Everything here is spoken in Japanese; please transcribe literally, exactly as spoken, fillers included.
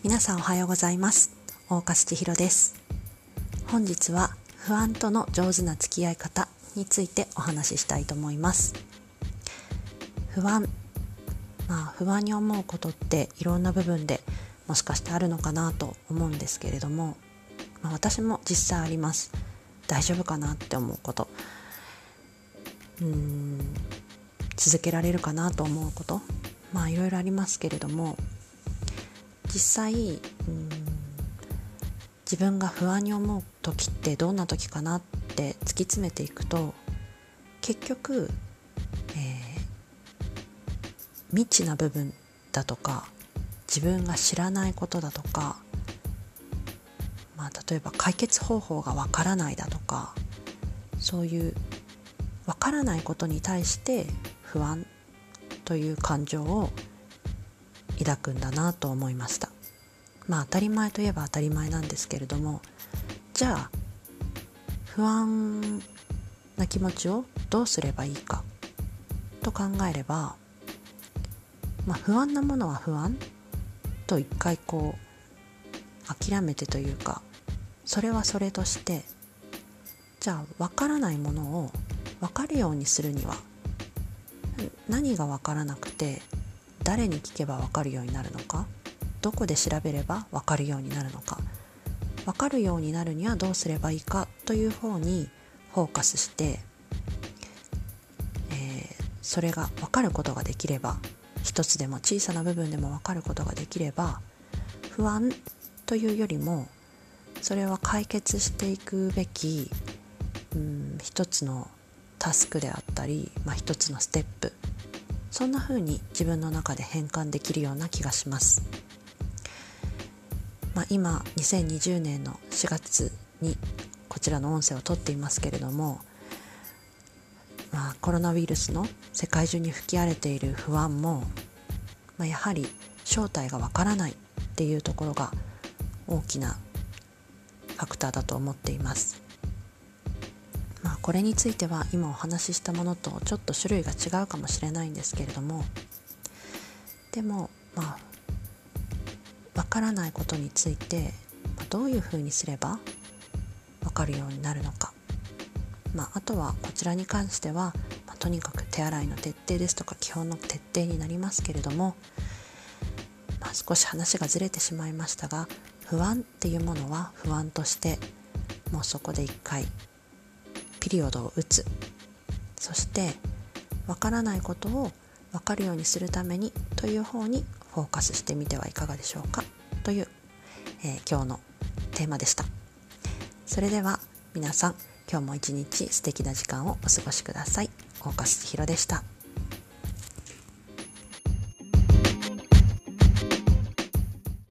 皆さんおはようございます。大岡千尋です。本日は不安との上手な付き合い方についてお話ししたいと思います。不安、まあ不安に思うことっていろんな部分でもしかしてあるのかなと思うんですけれども、まあ、私も実際あります。大丈夫かなって思うこと、うーん続けられるかなと思うこと、まあいろいろありますけれども、実際うーん自分が不安に思う時ってどんな時かなって突き詰めていくと、結局、えー、未知な部分だとか自分が知らないことだとか、まあ、例えば解決方法がわからないだとか、そういうわからないことに対して不安という感情を抱くんだなと思いました。まあ当たり前といえば当たり前なんですけれども、じゃあ不安な気持ちをどうすればいいかと考えれば、まあ、不安なものは不安と一回こう諦めてというか、それはそれとして、じゃあ分からないものを分かるようにするには何が分からなくて誰に聞けば分かるようになるのか、どこで調べれば分かるようになるのか、分かるようになるにはどうすればいいかという方にフォーカスして、えー、それが分かることができれば、一つでも小さな部分でも分かることができれば、不安というよりもそれは解決していくべきうん一つのタスクであったり、まあ、一つのステップ、そんな風に自分の中で変換できるような気がします。まあ、今にせんにじゅうねんのしがつにこちらの音声を撮っていますけれども、まあ、コロナウイルスの世界中に吹き荒れている不安も、まあ、やはり正体がわからないっていうところが大きなファクターだと思っています。まあ、これについては今お話ししたものとちょっと種類が違うかもしれないんですけれども、でもまあわからないことについてどういうふうにすればわかるようになるのか、まあ、あとはこちらに関しては、まあ、とにかく手洗いの徹底ですとか基本の徹底になりますけれども、まあ、少し話がずれてしまいましたが、不安っていうものは不安としてもうそこで一回ピリオドを打つ。そしてわからないことをわかるようにするためにという方にフォーカスしてみてはいかがでしょうかという、えー、今日のテーマでした。それでは皆さん、今日も一日素敵な時間をお過ごしください。大岡千尋でした。